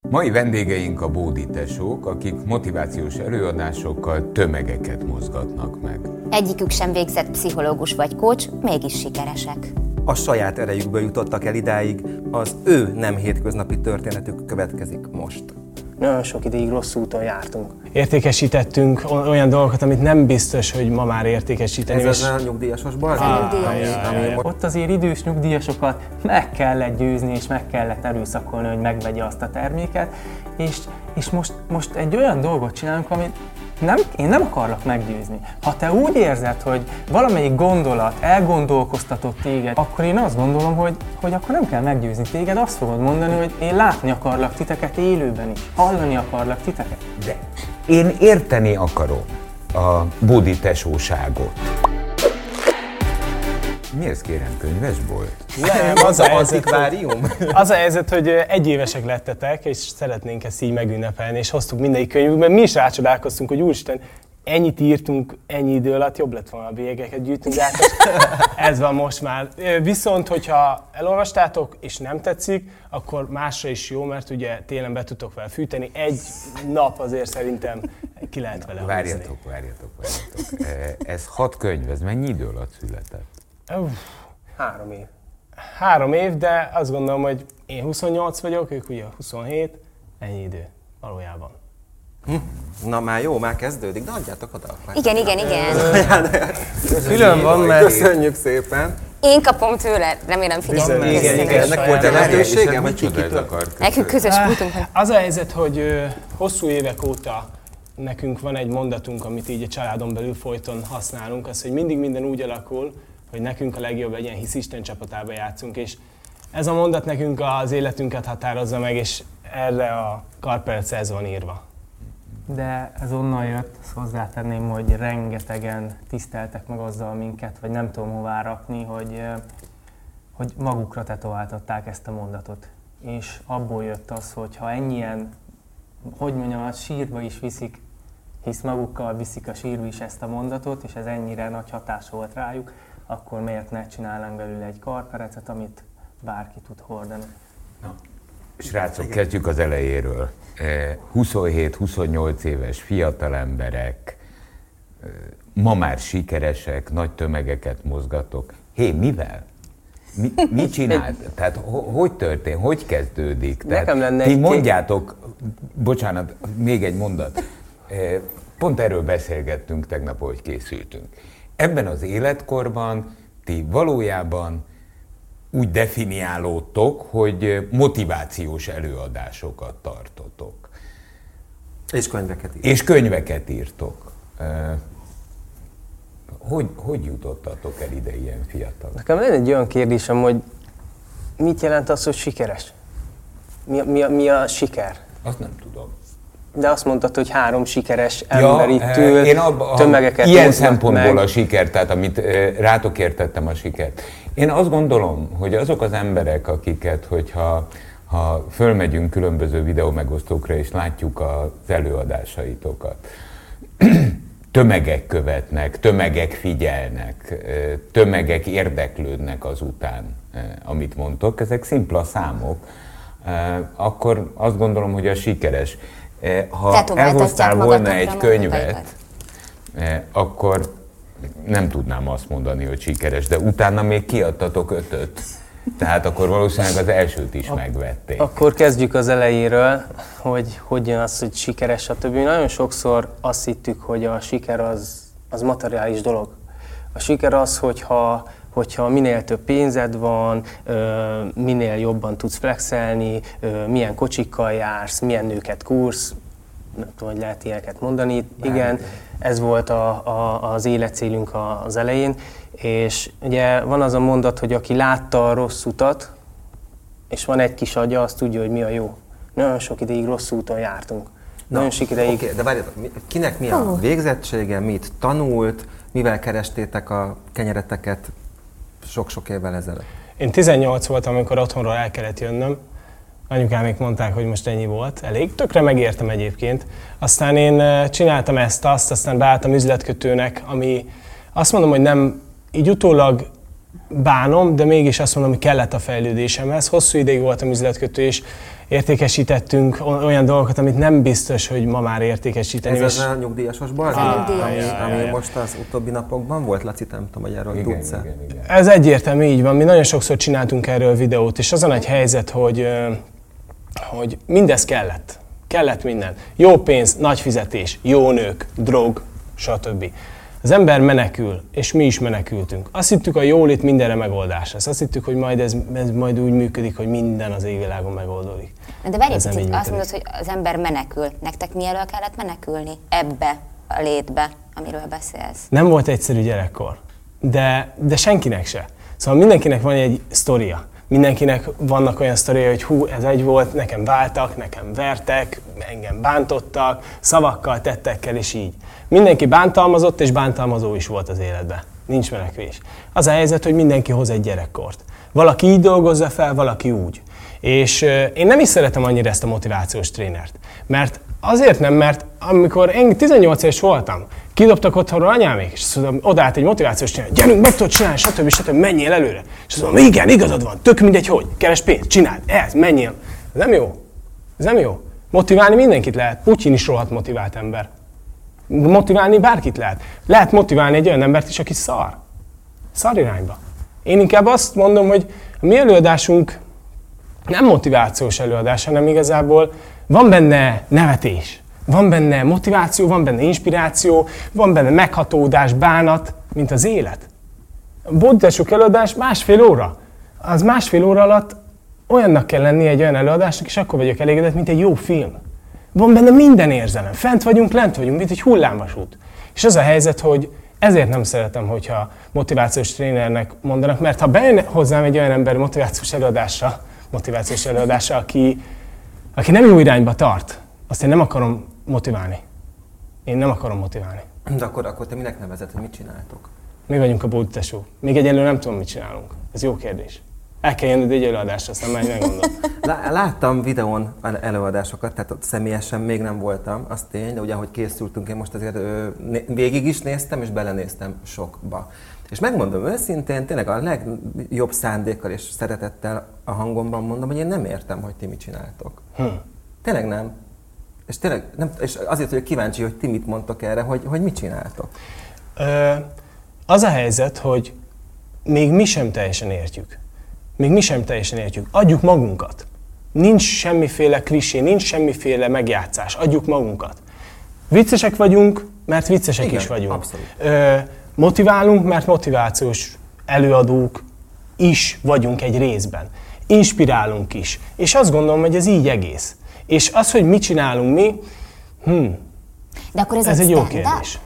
Mai vendégeink a Bódi tesók, akik motivációs előadásokkal tömegeket mozgatnak meg. Egyikük sem végzett pszichológus vagy coach, mégis sikeresek. A saját erejükből jutottak el idáig, az ő nem hétköznapi történetük következik most. Nagyon sok ideig rossz úton jártunk. Értékesítettünk olyan dolgokat, amit nem biztos, hogy ma már értékesíteni. Ez az a nyugdíjasos balhé? Ott azért idős nyugdíjasokat meg kellett győzni, és meg kellett erőszakolni, hogy megvegye azt a terméket. És most egy olyan dolgot csinálunk, amit én nem akarlak meggyőzni. Ha te úgy érzed, hogy valamelyik gondolat elgondolkoztatott téged, akkor én azt gondolom, hogy akkor nem kell meggyőzni téged, azt fogod mondani, hogy én látni akarlak titeket élőben is, hallani akarlak titeket. De én érteni akarom a Bódi tesóságot. Miért kérem, könyvesbolt? Nem, Az a antikvárium? Az a helyzet, hogy egyévesek lettetek, és szeretnénk ezt így megünnepelni, és hoztuk mindegyik könyvükben. Mi is rácsodálkoztunk, hogy úristen, ennyit írtunk ennyi idő alatt, jobb lett volna a bélyegeket gyűjtünk, de hát ez van most már. Viszont, hogyha elolvastátok, és nem tetszik, akkor másra is jó, mert ugye télen be tudtok vele fűteni. Egy nap azért szerintem ki lehet vele hozni. Várjatok. Ez 6 könyv, ez mennyi idő alatt született? 3 év. 3 év, de azt gondolom, hogy én 28 vagyok, ők ugye 27, ennyi idő valójában. Na már jó, már kezdődik, de adjátok oda. Igen. Külön van, mert köszönjük szépen. Én kapom tőle, remélem figyelni. Igen, ennek volt a lehetőségem, hogy Micsoda Nekünk közös múltunk van. Az a helyzet, hogy hosszú évek óta nekünk van egy mondatunk, amit így a családon belül folyton használunk, az, hogy mindig minden úgy alakul, hogy nekünk a legjobb legyen, hisz Isten csapatába játszunk, és ez a mondat nekünk az életünket határozza meg, és erre a karpercre ez van írva. De ez onnan jött, azt hozzátenném, hogy rengetegen tiszteltek meg azzal minket, vagy nem tudom hová rakni, hogy magukra tetováltatták ezt a mondatot. És abból jött az, hogy ha ennyien, hogy mondjam, a sírba is viszik, hisz magukkal viszik a sírba is ezt a mondatot, és ez ennyire nagy hatás volt rájuk, akkor miért ne csinálnánk belőle egy karperecet, amit bárki tud hordani. Na, srácok, kezdjük az elejéről. 27-28 éves fiatal emberek, ma már sikeresek, nagy tömegeket mozgatok. Hé, mivel? Mit csinált? Tehát hogy történt? Hogy kezdődik? Nekem lenne ti mondjátok, bocsánat, még egy mondat. Pont erről beszélgettünk tegnap, hogy készültünk. Ebben az életkorban ti valójában úgy definiálódtok, hogy motivációs előadásokat tartotok. És könyveket írtok. Hogy jutottatok el ide ilyen fiatal? Nekem lenne egy olyan kérdésem, hogy mit jelent az, hogy sikeres? Mi a siker? Azt nem tudom. De azt mondtad, hogy 3 sikeres ember itt ül, tömegeket ilyen szempontból meg. A siker, tehát amit rátok értettem a sikert. Én azt gondolom, hogy azok az emberek, akiket, hogyha fölmegyünk különböző videómegosztókra és látjuk az előadásaitokat, tömegek követnek, tömegek figyelnek, tömegek érdeklődnek azután, amit mondtok, ezek szimpla számok, akkor azt gondolom, hogy a sikeres. Ha elhoztál volna egy könyvet, akkor nem tudnám azt mondani, hogy sikeres, de utána még kiadtatok 5-öt. Tehát akkor valószínűleg az elsőt is megvették. Akkor kezdjük az elejéről, hogy jön az, hogy sikeres, stb. Nagyon sokszor azt hittük, hogy a siker az materiális dolog. A siker az, hogyha minél több pénzed van, minél jobban tudsz flexelni, milyen kocsikkal jársz, milyen nőket kúrsz, nem tudom, hogy lehet ilyeneket mondani. Igen, ez volt az életcélünk az elején. És ugye van az a mondat, hogy aki látta a rossz utat, és van egy kis agya, az tudja, hogy mi a jó. Nagyon sok ideig rossz úton jártunk. Nagyon sok ideig... Oké, de várjatok, kinek mi a végzettsége, mit tanult, mivel kerestétek a kenyereteket sok-sok évvel ezelőtt? Én 18 voltam, amikor otthonról el kellett jönnöm. Anyukámék mondták, hogy most ennyi volt, elég. Tökre megértem egyébként. Aztán én csináltam ezt-azt, aztán beálltam üzletkötőnek, ami azt mondom, hogy nem így utólag bánom, de mégis azt mondom, hogy kellett a fejlődésemhez. Hosszú ideig voltam üzletkötő, és értékesítettünk olyan dolgokat, amit nem biztos, hogy ma már értékesíteni. Ez az a nyugdíjasos balzsam? nyugdíjas. Ami most az utóbbi napokban volt, Laci, nem tudom, hogy erről tudsz. Igen. Ez egyértelmű, így van. Mi nagyon sokszor csináltunk erről videót, és az a nagy helyzet, hogy mindez kellett. Kellett minden. Jó pénz, nagy fizetés, jó nők, drog, stb. Az ember menekül, és mi is menekültünk. Azt hittük, a jólét mindenre megoldás lesz. Azt hittük, hogy majd ez majd úgy működik, hogy minden az égvilágon megoldódik. De várj egy Ez nem picit, így azt működik. mondod, hogy az ember menekül. Nektek mi elől kellett menekülni? Ebbe a létbe, amiről beszélsz. Nem volt egyszerű gyerekkor, de senkinek se. Szóval mindenkinek van egy sztoria. Mindenkinek vannak olyan sztoria, hogy hú, ez egy volt, nekem váltak, nekem vertek, engem bántottak, szavakkal, tettekkel és így. Mindenki bántalmazott és bántalmazó is volt az életben. Nincs menekvés. Az a helyzet, hogy mindenki hoz egy gyerekkort. Valaki így dolgozza fel, valaki úgy. És én nem is szeretem annyira ezt a motivációs trénert. Mert azért nem, mert amikor én 18 éves voltam, kidobtak otthonról anyámék, és odaállt egy motivációs tréner, gyerünk, meg tudod csinálni, stb. Menjél előre. És azt mondom, igen, igazad van, tök mindegy, hogy, keres pénzt, csináld, menjél. Ez nem jó. Ez nem jó. Motiválni mindenkit lehet. Putyin is rohadt motivált ember. Motiválni bárkit lehet. Lehet motiválni egy olyan embert is, aki szar. Szar irányba. Én inkább azt mondom, hogy a mi előadásunk nem motivációs előadás, hanem igazából van benne nevetés, van benne motiváció, van benne inspiráció, van benne meghatódás, bánat, mint az élet. A Bóditások előadás 1,5 óra. Az 1,5 óra alatt olyannak kell lenni egy olyan előadásnak, és akkor vagyok elégedett, mint egy jó film. Van benne minden érzelem. Fent vagyunk, lent vagyunk, mint egy hullámvasút. És az a helyzet, hogy ezért nem szeretem, hogyha motivációs trénernek mondanak, mert ha bejön hozzám egy olyan ember motivációs előadásra, aki nem jó irányba tart, azt én nem akarom motiválni. Én nem akarom motiválni. De akkor te minek nevezed, hogy mit csináltok? Mi vagyunk a Bóditások. Még egyelőre nem tudom, mit csinálunk. Ez jó kérdés. El kell jönnöd egy előadásra, aztán már nem gondolom. Láttam videón előadásokat, tehát ott személyesen még nem voltam, az tény, de ugye ahogy készültünk, én most azért végig is néztem, és belenéztem sokba. És megmondom őszintén, tényleg a legjobb szándékkal és szeretettel a hangomban mondom, hogy én nem értem, hogy ti mit csináltok. Tényleg nem. És tényleg nem, és azért vagyok kíváncsi, hogy ti mit mondtok erre, hogy mit csináltok. Az a helyzet, hogy még mi sem teljesen értjük. Még mi sem teljesen értjük. Adjuk magunkat. Nincs semmiféle klisé, nincs semmiféle megjátszás. Adjuk magunkat. Viccesek vagyunk, mert viccesek igen, is vagyunk. Abszolút. Motiválunk, mert motivációs előadók is vagyunk egy részben. Inspirálunk is. És azt gondolom, hogy ez így egész. És az, hogy mit csinálunk mi, De akkor ez egy jó kérdés.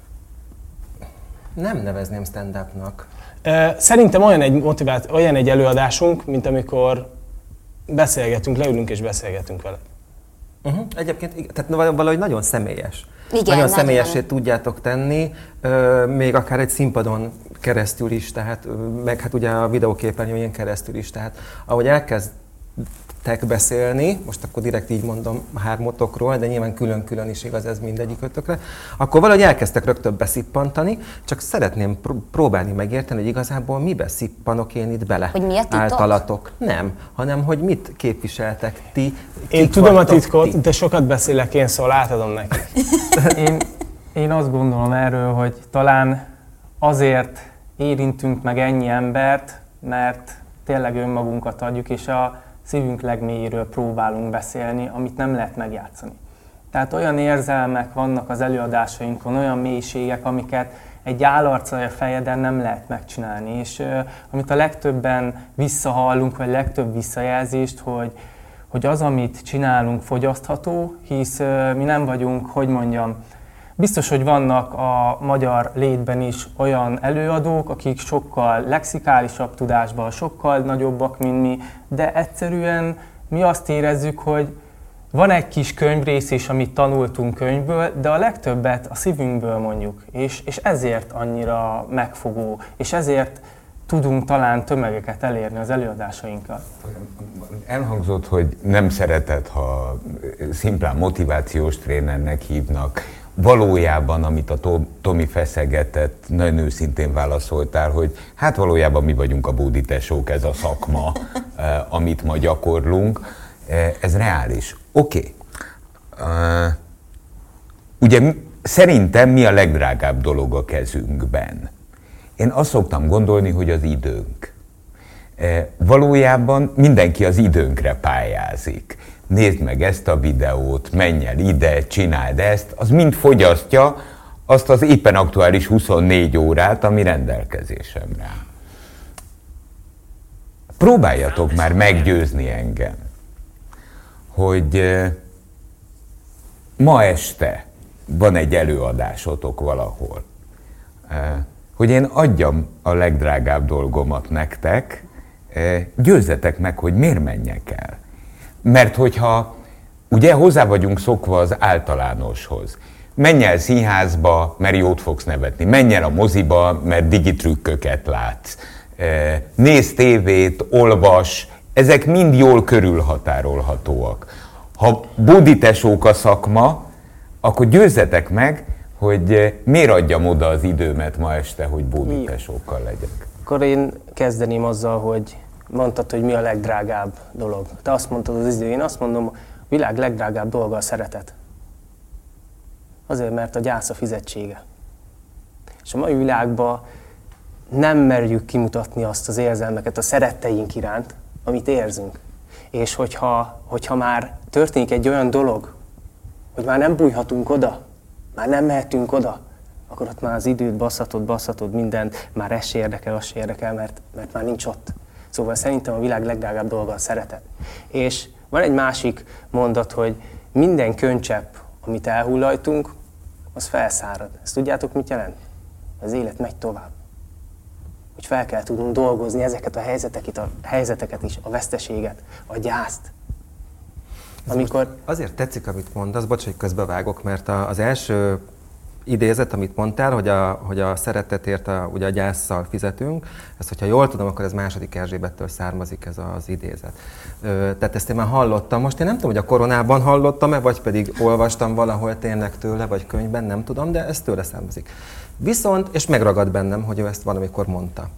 Nem nevezném stand-upnak. Szerintem olyan egy előadásunk, mint amikor beszélgetünk, leülünk és beszélgetünk vele. Egyébként, tehát valahogy nagyon személyes. Igen, nagyon személyessé nagyon. tudjátok tenni, még akár egy színpadon keresztül is, tehát, meg hát ugye a videóképernyőjén keresztül is, tehát ahogy elkezdtek beszélni, most akkor direkt így mondom hármotokról, de nyilván külön-külön is igaz ez mindegyikötökre, akkor valahogy elkezdtek rögtön beszippantani, csak szeretném próbálni megérteni, hogy igazából mibe szippanok én itt bele. Hogy mi a titok? Általatok. Nem, hanem hogy mit képviseltek ti. Én tudom a titkot, de sokat beszélek én, szóval átadom neki. Én azt gondolom erről, hogy talán azért érintünk meg ennyi embert, mert tényleg önmagunkat adjuk, és a szívünk legmélyéről próbálunk beszélni, amit nem lehet megjátszani. Tehát olyan érzelmek vannak az előadásainkon, olyan mélységek, amiket egy állarccal a fejeden nem lehet megcsinálni. És amit a legtöbben visszahallunk, vagy legtöbb visszajelzést, hogy az, amit csinálunk, fogyasztható, hisz mi nem vagyunk, hogy mondjam, biztos, hogy vannak a magyar létben is olyan előadók, akik sokkal lexikálisabb tudásban, sokkal nagyobbak, mint mi, de egyszerűen mi azt érezzük, hogy van egy kis könyvrész is, amit tanultunk könyvből, de a legtöbbet a szívünkből mondjuk, és ezért annyira megfogó, és ezért tudunk talán tömegeket elérni az előadásainkkal. Elhangzott, hogy nem szereted, ha szimplán motivációs trénernek hívnak. Valójában, amit a Tomi feszegetett, nagyon őszintén válaszoltál, hogy hát valójában mi vagyunk a bóditesók, ez a szakma, amit ma gyakorlunk. Ez reális. Oké. Ugye szerintem mi a legdrágább dolog a kezünkben? Én azt szoktam gondolni, hogy az időnk. Valójában mindenki az időnkre pályázik. Nézd meg ezt a videót, menj el ide, csináld ezt, az mind fogyasztja azt az éppen aktuális 24 órát, ami rendelkezésemre áll. Próbáljatok már meggyőzni engem, hogy ma este van egy előadásotok valahol, hogy én adjam a legdrágább dolgomat nektek, győzzetek meg, hogy miért menjek el. Mert hogyha ugye hozzá vagyunk szokva az általánoshoz, menj el színházba, mert jót fogsz nevetni, menj el a moziba, mert digitrükköket látsz, nézz tévét, olvas, ezek mind jól körülhatárolhatóak. Ha buditesók a szakma, akkor győzzetek meg, hogy miért adjam oda az időmet ma este, hogy buditesókkal legyek. Akkor én kezdeném azzal, hogy mondtad, hogy mi a legdrágább dolog. Te azt mondtad az idő, én azt mondom, a világ legdrágább dolga a szeretet. Azért, mert a gyász a fizetsége. És a mai világban nem merjük kimutatni azt az érzelmeket a szeretteink iránt, amit érzünk. És hogyha már történik egy olyan dolog, hogy már nem bújhatunk oda, már nem mehetünk oda, akkor ott már az időt basszatod mindent, már ez se érdekel, az se érdekel, mert már nincs ott. Szóval szerintem a világ legdrágább dolga a szeretet. És van egy másik mondat, hogy minden könycsepp, amit elhullajtunk, az felszárad. Ezt tudjátok, mit jelent? Az élet megy tovább. Hogy fel kell tudnunk dolgozni ezeket a helyzeteket is, a veszteséget, a gyászt. Amikor... Azért tetszik, amit mondasz, bocs, hogy közbevágok, mert az első idézet, amit mondtál, hogy a szeretetért ugye a gyásszal fizetünk, ezt, hogyha jól tudom, akkor ez II. Erzsébettől származik ez az idézet. Tehát ezt én már hallottam. Most én nem tudom, hogy a koronában hallottam-e, vagy pedig olvastam valahol tényleg tőle, vagy könyvben, nem tudom, de ez tőle származik. Viszont, és megragad bennem, hogy ő ezt valamikor mondta.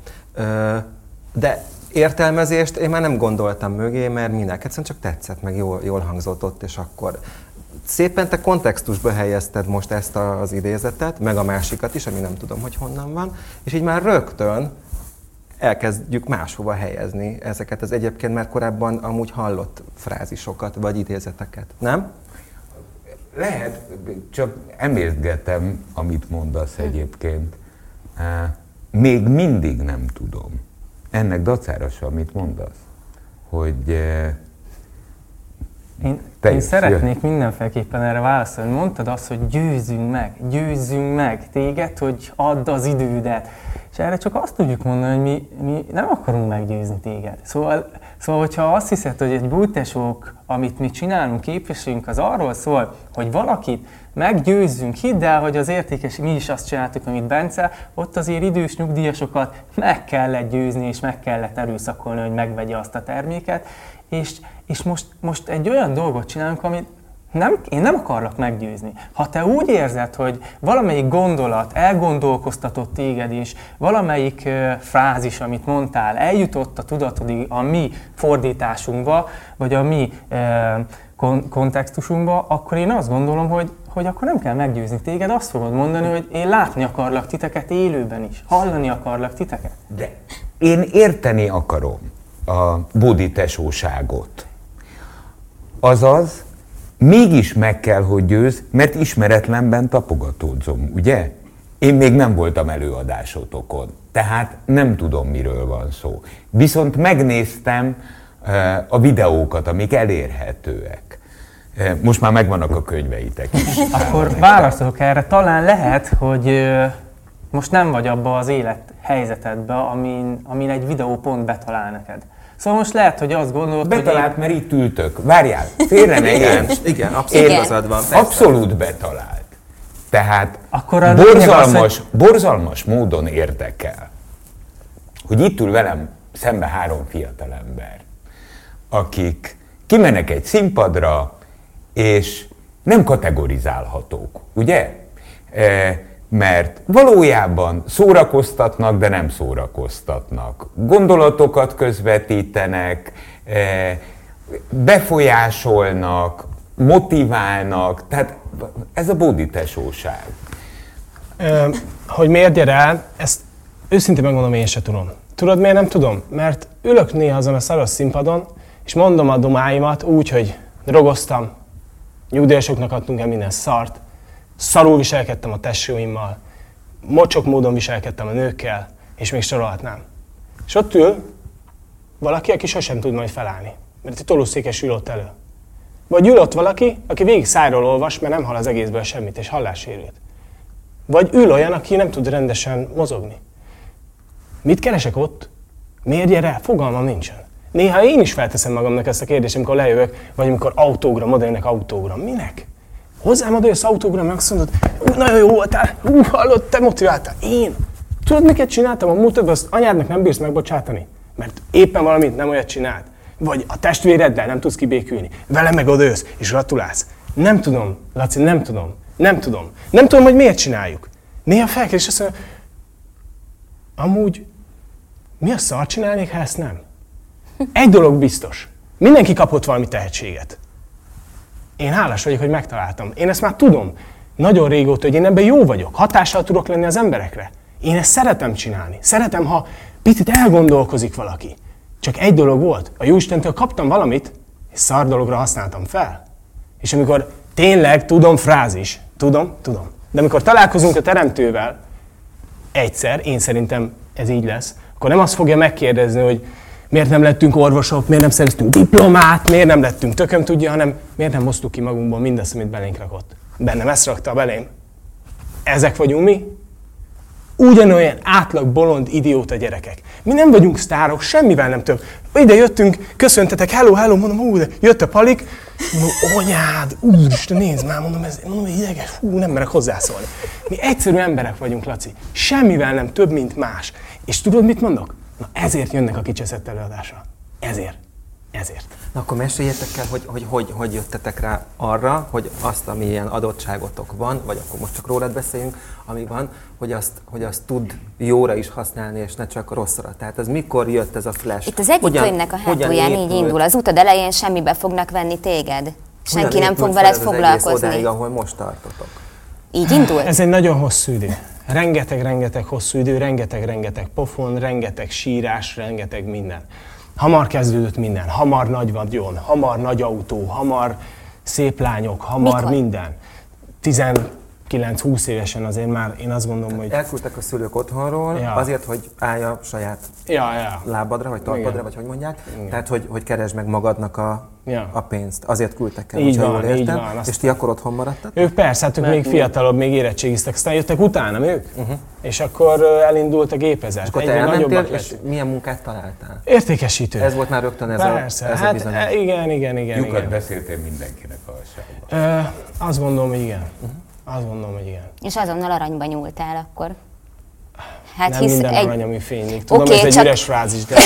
De értelmezést én már nem gondoltam mögé, mert mindenki egyszerűen csak tetszett, meg jól hangzott ott, és akkor szépen te kontextusba helyezted most ezt az idézetet, meg a másikat is, ami nem tudom, hogy honnan van, és így már rögtön elkezdjük máshova helyezni ezeket az egyébként már korábban amúgy hallott frázisokat, vagy idézeteket, nem? Lehet, csak emészgetem, amit mondasz egyébként. Még mindig nem tudom. Ennek dacára se, amit mondasz, hogy... Én szeretnék mindenféleképpen erre válaszolni. Mondtad azt, hogy győzzünk meg téged, hogy add az idődet. És erre csak azt tudjuk mondani, hogy mi nem akarunk meggyőzni téged. Szóval, hogyha azt hiszed, hogy egy bújtesók, amit mi csinálunk, képviselünk, az arról szól, hogy valakit meggyőzzünk, hidd el, hogy az értékes, mi is azt csináltuk, amit Bence, ott azért idős nyugdíjasokat meg kellett győzni, és meg kellett erőszakolni, hogy megvegye azt a terméket, és most egy olyan dolgot csinálunk, amit én nem akarlak meggyőzni. Ha te úgy érzed, hogy valamelyik gondolat elgondolkoztatott téged, és valamelyik frázis, amit mondtál, eljutott a tudatodig a mi fordításunkba, vagy a mi kontextusunkba, akkor én azt gondolom, hogy akkor nem kell meggyőzni téged, azt fogod mondani, hogy én látni akarlak titeket élőben is, hallani akarlak titeket. De én érteni akarom a buditesóságot. Azaz, mégis meg kell, hogy győzz, mert ismeretlenben tapogatódzom, ugye? Én még nem voltam előadásotokon, tehát nem tudom, miről van szó. Viszont megnéztem a videókat, amik elérhetőek. Most már megvannak a könyveitek is. Akkor válaszolok erre. Talán lehet, hogy most nem vagy abba az élethelyzetedbe, amin egy videó pont betalál neked. Szóval most lehet, hogy azt gondolod, betalált, mert itt ültök. Várjál, félre ne érts. Igen, abszolút igazad van. Abszolút betalált. Tehát akkor borzalmas módon érdekel, hogy itt ül velem szembe 3 fiatalember, akik kimennek egy színpadra, és nem kategorizálhatók, ugye? Mert valójában szórakoztatnak, de nem szórakoztatnak. Gondolatokat közvetítenek, befolyásolnak, motiválnak, tehát ez a boditesóság. Hogy miért gyere el, ezt őszintén megmondom, én se tudom. Tudod, miért nem tudom? Mert ülök néha azon a szaros színpadon, és mondom a dumáimat úgy, hogy drogoztam, nyugdíjasoknak adtunk el minden szart, szarul viselkedtem a tesóimmal, mocsok módon viselkedtem a nőkkel, és még sorolhatnám. És ott ül valaki, aki sosem tud majd felállni, mert egy tolószékes ül ott elő. Vagy ül ott valaki, aki végig szájról olvas, mert nem hall az egészből semmit, és hallássérült. Vagy ül olyan, aki nem tud rendesen mozogni. Mit keresek ott? Miért gyere el? Fogalmam nincsen. Néha én is felteszem magamnak ezt a kérdést, amikor lejövök, vagy amikor autógram, odajönnek autógram. Minek? Hozzám odajössz autógram, meg azt mondod, nagyon jó voltál, hallott, te motiváltál. Én? Tudod, miket csináltam a múltban, azt anyádnak nem bírsz megbocsátani? Mert éppen valamit nem olyat csinált. Vagy a testvéreddel nem tudsz kibékülni. Vele meg odajössz, és gratulálsz. Nem tudom, Laci, nem tudom. Nem tudom, hogy miért csináljuk. Néha felkel, és azt mondja, amúgy mi a szar csinálnék, ha ezt nem? Egy dolog biztos. Mindenki kapott valami tehetséget. Én hálás vagyok, hogy megtaláltam. Én ezt már tudom. Nagyon régóta, hogy én ebben jó vagyok. Hatással tudok lenni az emberekre. Én ezt szeretem csinálni. Szeretem, ha picit elgondolkozik valaki. Csak egy dolog volt. A Jóistentől kaptam valamit, és szar dologra használtam fel. És amikor tényleg tudom frázis, tudom, de amikor találkozunk a Teremtővel egyszer, én szerintem ez így lesz, akkor nem azt fogja megkérdezni, hogy miért nem lettünk orvosok, miért nem szereztünk diplomát, miért nem lettünk tököm tudja, hanem miért nem hoztuk ki magunkból mindazt, amit belénk rakott. Bennem ezt rakta belém. Ezek vagyunk mi? Ugyanolyan átlag bolond idióta gyerekek. Mi nem vagyunk sztárok, semmivel nem több. Ide jöttünk, köszöntetek, hello, mondom, de jött a palik, mondom, anyád, úristen, nézd már, mondom, ideges, nem merek hozzászólni. Mi egyszerű emberek vagyunk, Laci. Semmivel nem több, mint más. És tudod, mit mondok? Na ezért jönnek a kicseszett előadásra. Ezért. Na akkor meséljetek el, hogy jöttetek rá arra, hogy azt, amilyen adottságotok van, vagy akkor most csak rólad beszéljünk, ami van, hogy azt tud jóra is használni, és ne csak rosszra. Tehát ez mikor jött ez a flash? Itt az egyik könyvnek a hátulján így indul. Az utad elején semmibe fognak venni téged. Senki nem fog veled foglalkozni. Odáig, ahol most tartotok. Így indult? Ez egy nagyon hosszú idő. Rengeteg hosszú idő, rengeteg pofon, rengeteg sírás, rengeteg minden. Hamar kezdődött minden, hamar nagy vagyon, hamar nagy autó, hamar szép lányok, hamar Mikor? minden. 19-20 évesen azért már én azt gondolom, hogy... Elküldtek a szülők otthonról azért, hogy állj a saját lábadra, vagy talpadra, Igen. vagy hogy mondják. Igen. Tehát, hogy keresd meg magadnak a pénzt. Azért küldtek el, Így hogyha van, jól értem. így van. És ti akkor otthon maradtak? Ők persze, hát ők még fiatalabb, még érettségiztek, aztán jöttek utánam ők, és akkor elindult a gépezet. És akkor te Egyre elmentél, nagyobbak és lettünk. milyen munkát találtál? Értékesítő. Ez volt már rögtön ez Persze, a hát bizonyos. igen. Lyukat beszéltél mindenkinek a hassába. Azt gondolom, hogy igen. Azt gondolom, hogy igen. És azonnal aranyba nyúltál akkor. Hát Nem minden arany, ami fénylik. Tudom, Oké, ez egy csak- üres frázis, de...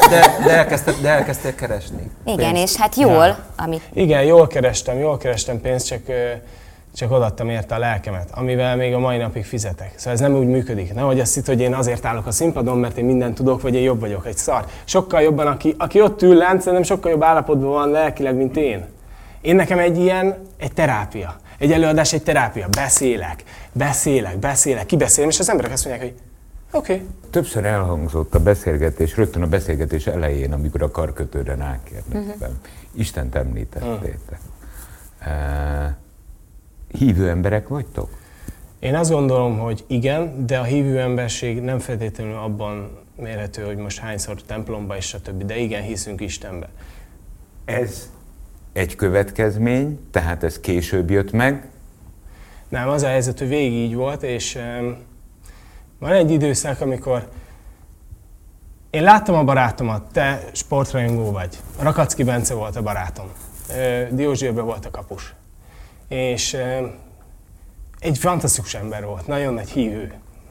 De elkezdtél keresni. Igen, pénzt. és hát jól, amit... Igen, jól kerestem pénzt, csak odaadtam érte a lelkemet, amivel még a mai napig fizetek. Szóval ez nem úgy működik. Nehogy azt hitt, hogy én azért állok a színpadon, mert én mindent tudok, vagy én jobb vagyok, egy szar. Sokkal jobban, aki ott ül lent, szerintem sokkal jobb állapotban van lelkileg, mint én. Én nekem egy terápia. Egy előadás, egy terápia. Beszélek, kibeszélem, és az emberek azt mondják, hogy oké. Többször elhangzott a beszélgetés, rögtön a beszélgetés elején, amikor a karkötőre rákérdeztem. Istent említettétek. Hívő emberek vagytok? Én azt gondolom, hogy igen, de a hívő emberség nem feltétlenül abban mérhető, hogy most hányszor templomba és stb. De igen, hiszünk Istenbe. Ez egy következmény, tehát ez később jött meg. Nem, az a helyzet, hogy végig így volt, és van egy időszak, amikor én láttam a barátomat, te sportrajongó vagy. Rakacki Bence volt a barátom. Diózsérben volt a kapus. És egy fantasztikus ember volt, nagyon nagy hívő.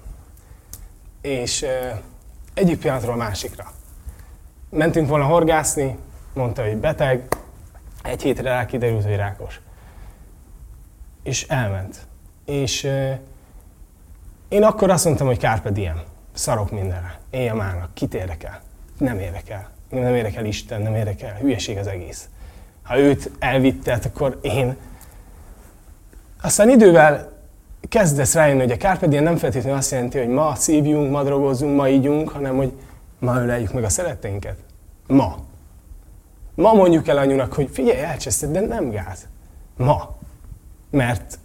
És egyik pillanatról a másikra. Mentünk volna horgászni, mondta, hogy beteg, egy hétre rá kiderült, hogy rákos. És elment. És én akkor azt mondtam, hogy carpe diem, szarok mindenre, éjjel márnak, kit érdekel? Nem érdekel. Nem érdekel Isten, nem érdekel, hülyeség az egész. ha őt elvitted, akkor én. Aztán idővel kezdesz rájönni, hogy a Carpe Diem nem feltétlenül azt jelenti, hogy ma szívjunk, ma drogozzunk, ma ígyunk, hanem hogy ma öleljük meg a szeretteinket. Ma. Ma mondjuk el anyunak, hogy figyelj, elcseszted, de nem gáz. Ma. Mert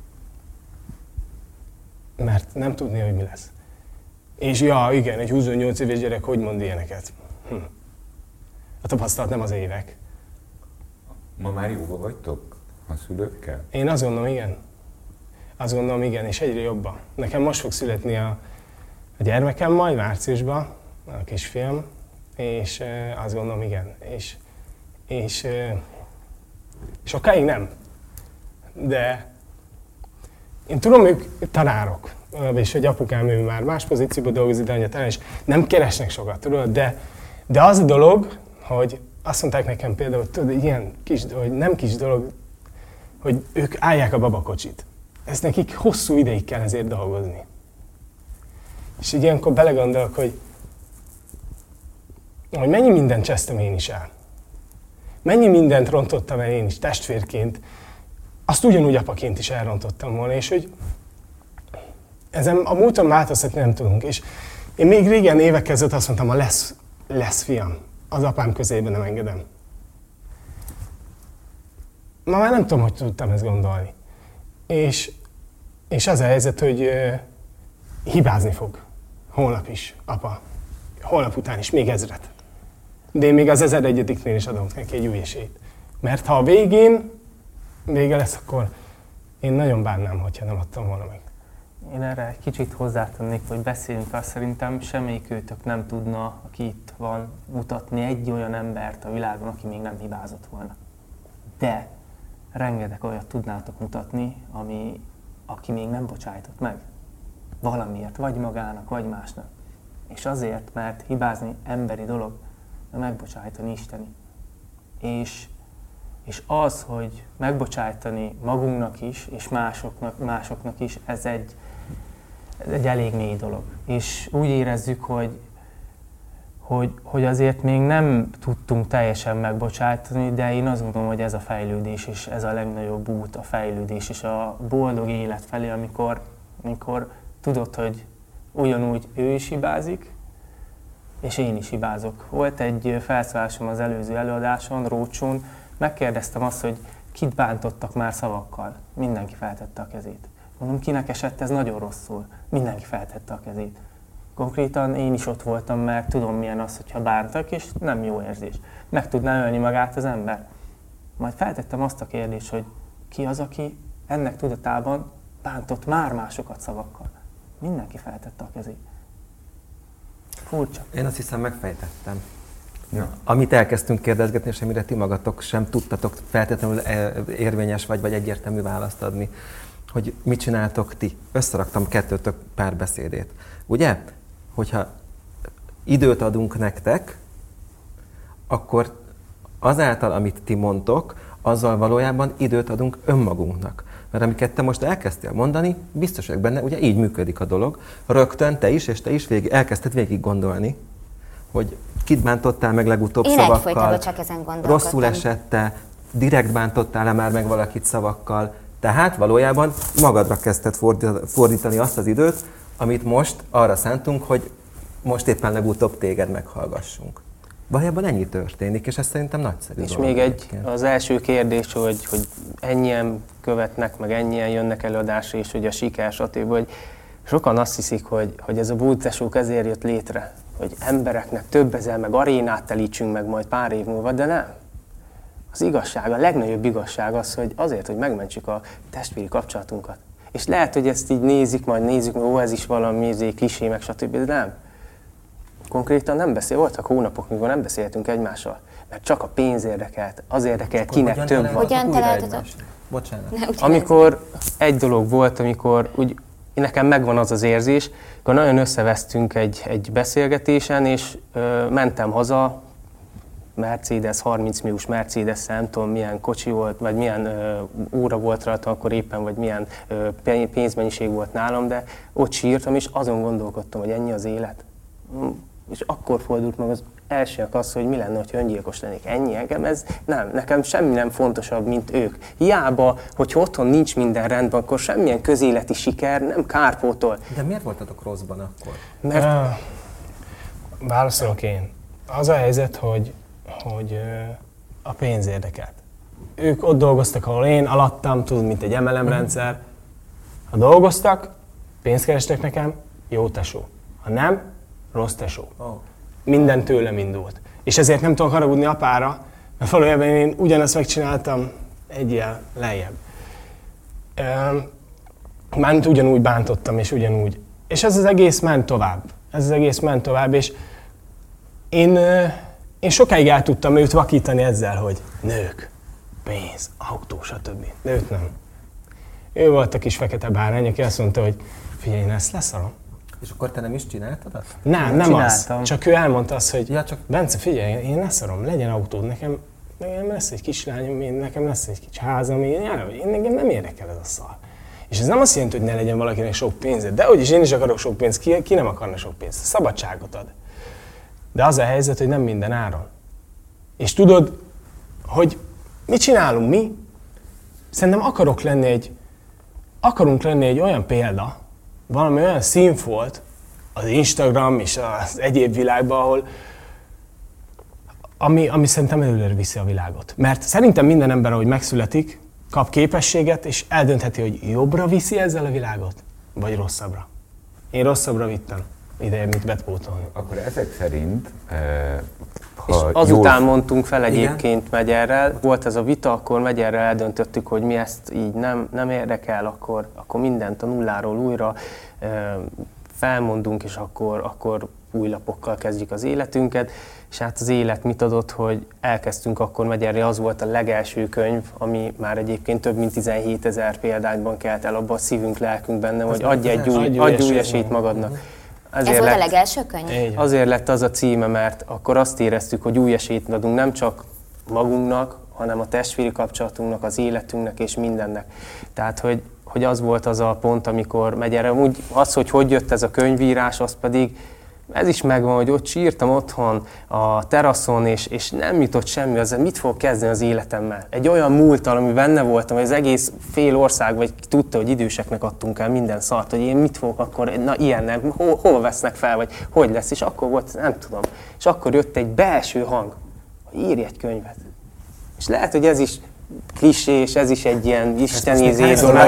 nem tudni, hogy mi lesz. És ja, igen, egy 28 éves gyerek hogy mond ilyeneket? A tapasztalat nem az évek. Ma már jóba vagytok a szülőkkel? Én azt gondolom, igen. Azt gondolom, igen, és egyre jobban. Nekem most fog születni a gyermekem majd márciusban, a kisfiam, és azt gondolom, igen. És sokáig nem. De én tudom, ők tanárok, és hogy apukám ő már más pozícióban dolgozik, de anyatán is nem keresnek sokat, tudod, de az a dolog, hogy azt mondták nekem például, tudod, ilyen kis dolog, hogy nem kis dolog, hogy ők állják a babakocsit. Ez nekik hosszú ideig kell ezért dolgozni. És így ilyenkor belegondolok, hogy mennyi mindent csesztem én is el. Mennyi mindent rontottam el én is testvérként, azt ugyanúgy apaként is elrontottam volna, és hogy ezen a múlton változtatni nem tudunk. És én még régen évekkel ezelőtt azt mondtam, ha lesz fiam, az apám közében nem engedem. Ma már nem tudom, hogy tudtam ezt gondolni. És az a helyzet, hogy hibázni fog. Holnap is, apa. Holnap után is, még 1000-et. De én még az 1001-nél is adom neki egy új esélyt. Mert ha a végén vége lesz, akkor én nagyon bánnám, hogyha nem adtam volna meg. Én erre egy kicsit hozzátennék, hogy beszéljünk azt, szerintem semmelyik őtök nem tudna, aki itt van, mutatni egy olyan embert a világon, aki még nem hibázott volna. De rengeteg olyat tudnátok mutatni, aki még nem bocsájtott meg. Valamiért, vagy magának, vagy másnak. És azért, mert hibázni emberi dolog, de megbocsájtani isteni. És az, hogy megbocsájtani magunknak is, és másoknak is, ez egy elég mély dolog. És úgy érezzük, hogy azért még nem tudtunk teljesen megbocsájtani, de én azt gondolom, hogy ez a fejlődés, és ez a legnagyobb út, a fejlődés, és a boldog élet felé, amikor tudod, hogy ugyanúgy ő is hibázik, és én is hibázok. Volt egy felszólásom az előző előadáson, Rócsón, megkérdeztem azt, hogy kit bántottak már szavakkal. Mindenki feltette a kezét. Mondom, kinek esett ez nagyon rosszul. Mindenki feltette a kezét. Konkrétan én is ott voltam, mert tudom milyen az, hogyha bántak, és nem jó érzés. Meg tudná ölni magát az ember. Majd feltettem azt a kérdést, hogy ki az, aki ennek tudatában bántott már másokat szavakkal. Mindenki feltette a kezét. Furcsa. Én azt hiszem megfejtettem. Ja. Amit elkezdtünk kérdezgetni, és amire ti magatok sem tudtatok feltétlenül érvényes vagy egyértelmű választ adni, hogy mit csináltok ti. Összeraktam kettőtök párbeszédét. Ugye? Hogyha időt adunk nektek, akkor azáltal, amit ti mondtok, azzal valójában időt adunk önmagunknak. Mert amiket te most elkezdtél mondani, biztos vagyok benne, ugye így működik a dolog. Rögtön te is elkezdted végig gondolni, hogy kit bántottál meg legutóbb én szavakkal, csak ezen gondolkodtam. rosszul esette, direkt bántottál-e már meg valakit szavakkal. Tehát valójában magadra kezdted fordítani azt az időt, amit most arra szántunk, hogy most éppen legutóbb téged meghallgassunk. Valójában ennyi történik, és ez szerintem nagyszerű. És még az első kérdés, hogy ennyien követnek, meg ennyien jönnek előadásra, és hogy a siker, stb. Hogy sokan azt hiszik, hogy ez a búcsúsók ezért jött létre, hogy embereknek több ezer, meg arénát telítsünk meg majd pár év múlva, de nem. Az igazság, a legnagyobb igazság az, hogy azért, hogy megmentsük a testvéri kapcsolatunkat. És lehet, hogy ezt így nézik, ó, ez is valami klisé, meg stb. De nem. Konkrétan nem voltak hónapok, mikor nem beszéltünk egymással. Mert csak a pénz érdekelt, az érdekelt, kinek több van. Hogyan találtatok? Bocsánat. Amikor egy dolog volt, amikor úgy nekem megvan az az érzés, akkor nagyon összevesztünk egy beszélgetésen, és mentem haza, Mercedes, 30 milliós Mercedes, nem tudom milyen kocsi volt, vagy milyen óra volt rajta akkor éppen, vagy milyen pénzmennyiség volt nálam, de ott sírtam, és azon gondolkodtam, hogy ennyi az élet. És akkor fordult meg az elsőnek az, hogy mi lenne, ha öngyilkos lennék. Ennyi, engem ez nem, nekem semmi nem fontosabb, mint ők. Hiába, hogyha otthon nincs minden rendben, akkor semmilyen közéleti siker nem kárpótol. De miért voltatok rosszban akkor? Mert Válaszolok én. Az a helyzet, hogy a pénz érdekelt. Ők ott dolgoztak, ahol én alattam, tudod, mint egy MLM rendszer. Ha dolgoztak, pénzt kerestek nekem, jó tesó. Ha nem, rossz tesó. Minden tőlem indult. És ezért nem tudok haragudni apára, mert valójában én ugyanazt megcsináltam egy ilyen lejjebb. Mármint ugyanúgy bántottam, és ugyanúgy. És ez az egész ment tovább. És én sokáig el tudtam őt vakítani ezzel, hogy nők, pénz, autó, stb. De őt nem. Ő volt a kis fekete bárány, aki azt mondta, hogy figyelj, én ezt leszarom. És akkor te nem is csináltad azt? Nem csináltam. az. Csak ő elmondta azt, hogy Ja, csak... Bence, figyelj, én leszarom, legyen autód, nekem lesz egy kislányom, nekem lesz egy kis házam, engem nem érdekel ez a szar. És ez nem azt jelenti, hogy ne legyen valakinek sok pénze, de úgyis én is akarok sok pénzt, ki nem akarna sok pénzt, szabadságot ad. De az a helyzet, hogy nem minden áron. És tudod, hogy mit csinálunk mi? Szerintem akarunk lenni egy olyan példa, valami olyan színfolt az Instagram és az egyéb világban, ahol ami szerintem előre viszi a világot. Mert szerintem minden ember, ahogy megszületik, kap képességet, és eldöntheti, hogy jobbra viszi ezzel a világot, vagy rosszabbra. Én rosszabbra vittem ideje, mit betpótolni. Akkor ezek szerint, és azután mondtunk fel egyébként Megyerrel, volt ez a vita, akkor Megyerrel eldöntöttük, hogy mi ezt így nem érdekel, akkor mindent a nulláról újra felmondunk, és akkor új lapokkal kezdjük az életünket. És hát az élet mit adott, hogy elkezdtünk akkor Megyerrel, az volt a legelső könyv, ami már egyébként több mint 17 000 példányban kelt el, abban a szívünk, lelkünk benne, hogy adj új esélyt magadnak. Ez volt a legelső könyv? Azért lett az a címe, mert akkor azt éreztük, hogy új esélyt adunk nem csak magunknak, hanem a testvéri kapcsolatunknak, az életünknek és mindennek. Tehát, hogy az volt az a pont, amikor Megyerre. Úgy az, hogy jött ez a könyvírás, az pedig ez is megvan, hogy ott sírtam otthon a teraszon, és nem jutott semmi, az mit fogok kezdeni az életemmel. Egy olyan múlttal, ami benne voltam, hogy az egész fél ország, vagy tudta, hogy időseknek adtunk el minden szart, hogy én mit fogok akkor, na ilyennel, hova vesznek fel, vagy hogy lesz, és akkor volt, nem tudom. És akkor jött egy belső hang, hogy írj egy könyvet. És lehet, hogy ez is klisé, és ez is egy ilyen istenézés dolog,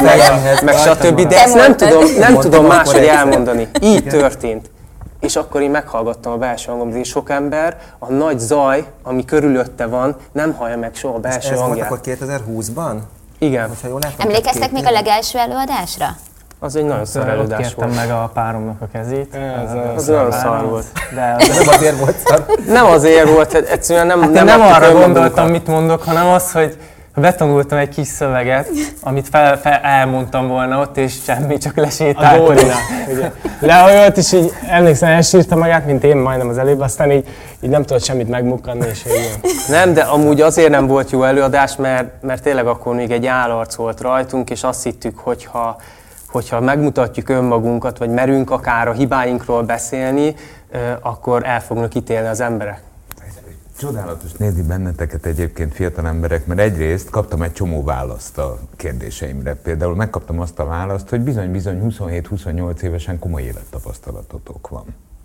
meg stb. De ezt nem tudom máshogy elmondani. Így történt. És akkor én meghallgattam a belső hangomat, és sok ember, a nagy zaj, ami körülötte van, nem hallja meg soha a belső hangját. Ez volt akkor 2020-ban? Igen. Emlékeztek még a legelső előadásra? Az egy nagyon szar előadás volt. Kértem meg a páromnak a kezét. Az nagyon szar volt. De nem azért volt szar. Nem azért volt, egyszerűen nem arra gondoltam, mit mondok, hanem az, hogy betanultam egy kis szöveget, amit elmondtam volna ott, és semmi, csak lesétáltam. A Dórina, ugye. Lehajolt, és így emlékszem, elsírta magát, mint én majdnem az előbb, aztán így nem tudott semmit megmukkadni, és így... Nem, de amúgy azért nem volt jó előadás, mert tényleg akkor még egy állarc volt rajtunk, és azt hittük, hogyha megmutatjuk önmagunkat, vagy merünk akár a hibáinkról beszélni, akkor el fognak ítélni az emberek. Csodálatos nézni benneteket egyébként fiatal emberek, mert egyrészt kaptam egy csomó választ a kérdéseimre. Például megkaptam azt a választ, hogy bizony 27-28 évesen komoly élettapasztalatotok van.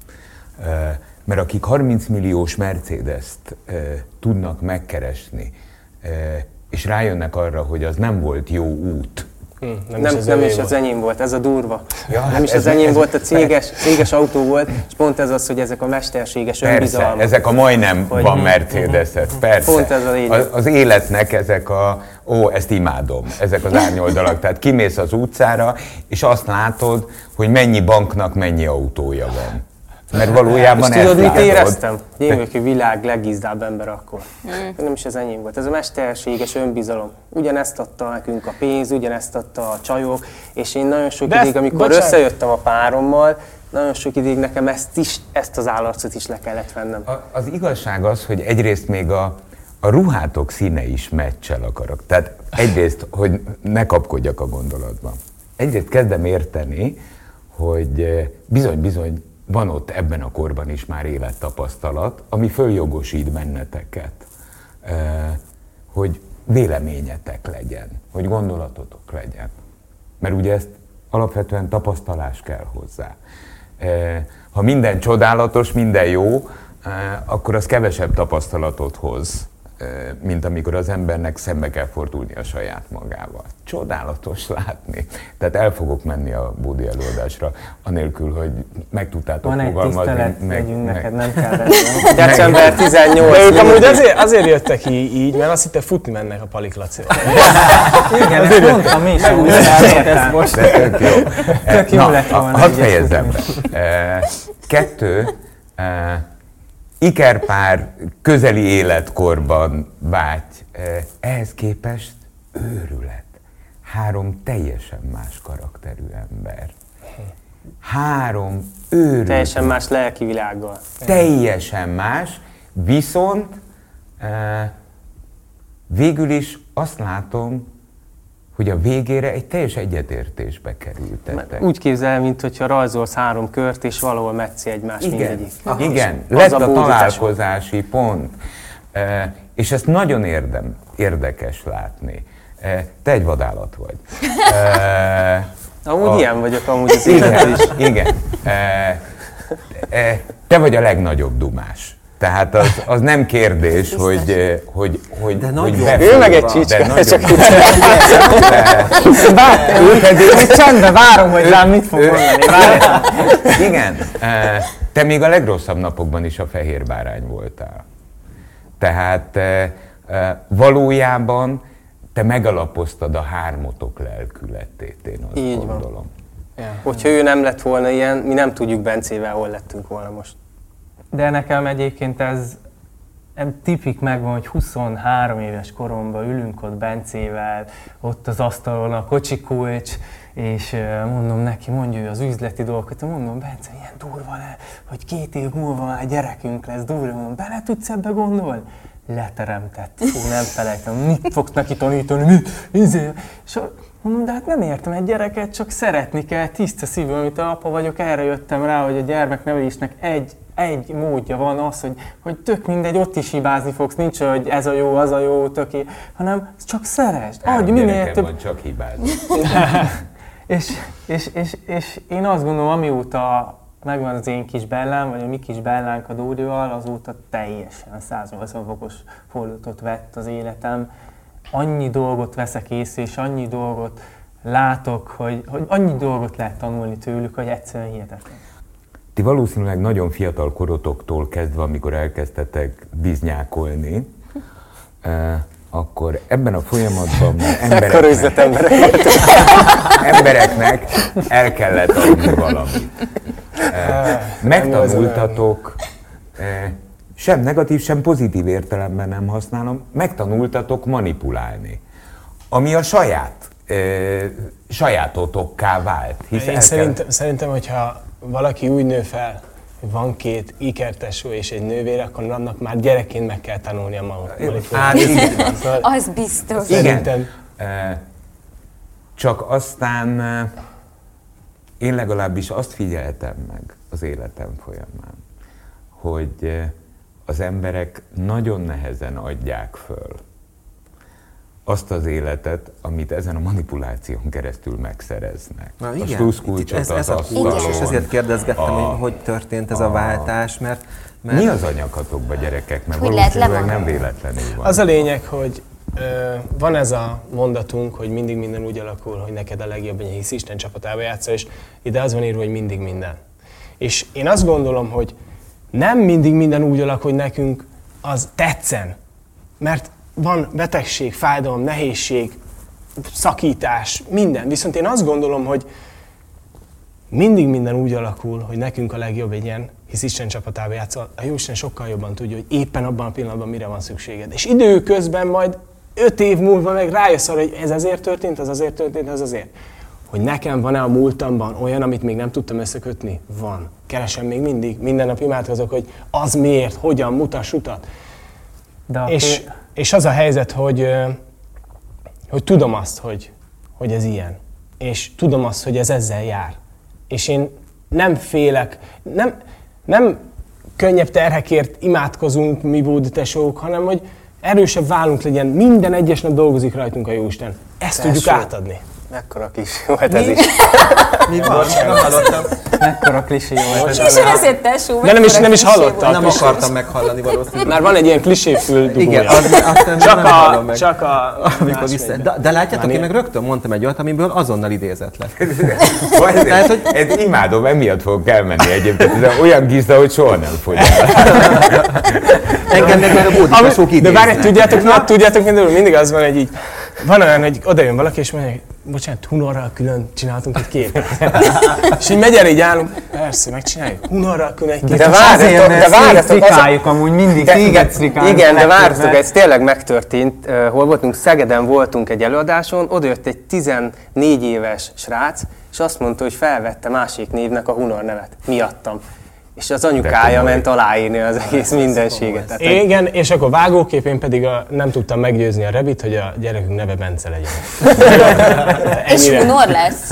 Mert akik 30 milliós Mercedes-t tudnak megkeresni, és rájönnek arra, hogy az nem volt jó út. Nem is az enyém volt, ez a durva. Ja, nem is az enyém volt, a céges autó volt, és pont ez az, hogy ezek a mesterséges önbizalmak. Persze, ezek a majdnem van Mercedes-et, persze. Pont ez a lényeg. Az életnek ezek ezt imádom, ezek az árnyoldalak. Tehát kimész az utcára, és azt látod, hogy mennyi banknak mennyi autója van. Mert valójában és tudod, mit éreztem? Én vagyok a világ legizdább ember akkor. Nem is az enyém volt. Ez a mesterséges önbizalom. Ugyanezt adta nekünk a pénz, ugyanezt adta a csajok, és én nagyon sok ideig, amikor összejöttem a párommal, nagyon sok ideig nekem ezt az állarcot is le kellett vennem. Az igazság az, hogy egyrészt még a ruhátok színe is meccsel akarok. Tehát egyrészt, hogy ne kapkodjak a gondolatban. Egyrészt kezdem érteni, hogy bizony van ott ebben a korban is már élettapasztalat, ami följogosít benneteket, hogy véleményetek legyen, hogy gondolatotok legyen. Mert ugye ezt alapvetően tapasztalás kell hozzá. Ha minden csodálatos, minden jó, akkor az kevesebb tapasztalatot hoz, mint amikor az embernek szembe kell fordulni a saját magával. Csodálatos látni. Tehát el fogok menni a Bódi előadásra, anélkül, hogy meg tudtátok fogalmazni. Van egy tisztelet, megyünk neked, nem kell venni. December 18. De ők amúgy azért jöttek így, mert azt hittem futni mennek a Palik Lacival. Igen, ezt mondtam is, hogy ezt most. De tök jó. Tök jó lett volna. Hadd fejezzem be. 2. Ikerpár közeli életkorban vágy. Ehhez képest őrület. 3 teljesen más karakterű ember. 3 őrület. Teljesen más lelki világgal. Teljesen más, viszont végül is azt látom, hogy a végére egy teljes egyetértésbe kerültetek. Úgy képzel, mintha rajzolsz 3 kört, és valahol metszi egymást mindegyik. Igen, lett a találkozási pont. És ezt nagyon érdekes látni. Te egy vadállat vagy. Amúgy ilyen vagyok amúgy az életben is. Igen. Te vagy a legnagyobb dumás. Tehát az nem kérdés, hogy ő meg egy csicska, csak Én csendben várom, hogy rám mit fog mondani. Igen. Te még a legrosszabb napokban is a fehér bárány voltál. Tehát valójában te megalapoztad a 3-otok lelkületét, én azt így gondolom. Van. Ja. Hogyha ő nem lett volna ilyen, mi nem tudjuk Bencével, hol lettünk volna most. De nekem egyébként ez tipik megvan, hogy 23 éves koromban ülünk ott Bencével, ott az asztalon a kocsikulcs, és mondom neki, mondja ő az üzleti dolgokat, mondom, Bence, ilyen durva le, hogy 2 év múlva már gyerekünk lesz, durva, mondom, bele tudsz ebbe gondolni? Leteremtett. Fú, nem felejtem, mit fogsz neki tanítani, és mondom, de hát nem értem, egy gyereket csak szeretni kell, tiszta szívű, amit apa vagyok, erre jöttem rá, hogy a gyermeknevelésnek egy módja van az, hogy tök mindegy, ott is hibázni fogsz, nincs, hogy ez a jó, az a jó, töké, hanem csak szeresd, adj minél több. Van, csak hibázni. és én azt gondolom, amióta megvan az én kis Bellám, vagy a mi kis Bellánk a Dórival, azóta teljesen 180 fokos fordulatot vett az életem. Annyi dolgot veszek észre, és annyi dolgot látok, hogy annyi dolgot lehet tanulni tőlük, hogy egyszerűen hihetetlen. Ti valószínűleg nagyon fiatal korotoktól kezdve, amikor elkezdtetek biznyákolni, akkor ebben a folyamatban embereknek el kellett adni valamit. Megtanultatok, sem negatív, sem pozitív értelemben nem használom, megtanultatok manipulálni, ami a sajátotokká vált. Én szerintem, hogyha valaki úgy nő fel, hogy van 2 ikertesó és egy nővér, akkor annak már gyerekként meg kell tanulnia manipulációt. Az biztos. Szerintem. Csak aztán én legalábbis azt figyeltem meg az életem folyamán, hogy az emberek nagyon nehezen adják föl azt az életet, amit ezen a manipuláción keresztül megszereznek. Na, a sluszkulcsot az asztalon. És ezért kérdezgettem, hogy történt ez a váltás, mert mi az anyakatokba, gyerekek? Mert hogy valószínűleg nem véletlenül van. Az a lényeg, hogy van ez a mondatunk, hogy mindig minden úgy alakul, hogy neked a legjobb, hisz Isten csapatába játszol, és ide az van írva, hogy mindig minden. És én azt gondolom, hogy nem mindig minden úgy alakul, hogy nekünk az tetszen. Mert van betegség, fájdalom, nehézség, szakítás, minden. Viszont én azt gondolom, hogy mindig minden úgy alakul, hogy nekünk a legjobb egy ilyen, hisz Isten csapatába játszol. A Jóisten sokkal jobban tudja, hogy éppen abban a pillanatban mire van szükséged. És időközben majd 5 év múlva meg rájössz arra, hogy ez azért történt, az azért történt, az azért. Hogy nekem van-e a múltamban olyan, amit még nem tudtam összekötni? Van. Keresem még mindig. Minden nap imádkozok, hogy az miért, hogyan, mutass utat. És az a helyzet, hogy tudom azt, hogy ez ilyen. És tudom azt, hogy ez ezzel jár. És én nem félek, nem könnyebb terhekért imádkozunk mi bóditesók, hanem hogy erősebb vállunk legyen, minden egyes nap dolgozik rajtunk a Jóisten. Ezt tudjuk átadni. Mekkora kis volt ez is. Mi van? Nem hallottam. Mekkora klisé volt ez. És ezért tesó. De nem is hallottam. Nem akartam meghallani valószínűleg. Már van egy ilyen kliséfül dugója. Igen, azt nem hallom meg. Csak a Amikor vissza. De látjátok, én meg rögtön mondtam egy olyat, amiből azonnal idézet lett. Tehát, hogy... Ezt imádom, emiatt fogok elmenni egyébként. Ez olyan gizda, hogy soha nem fogy el. Engem meg már a bódítások De várj, tudjátok mindig az van, hogy így, van olyan, hogy odajön valaki, és mondja, bocsánat, Hunorral külön csináltunk egy képet. És így megy el, így állunk, persze, megcsináljuk, Hunorral külön egy képet. De strikáljuk amúgy mindig, téged strikáljuk. Igen, de várjatok, ez tényleg megtörtént. Hol voltunk? Szegeden voltunk egy előadáson, odajött egy 14 éves srác, és azt mondta, hogy felvette másik névnek a Hunor nevet. Miattam. És az anyukája ment aláírni az egész mindenséget. Igen, és akkor vágókép, én pedig nem tudtam meggyőzni a Rebit, hogy a gyerekünk neve Bence legyen. És Hunor lesz?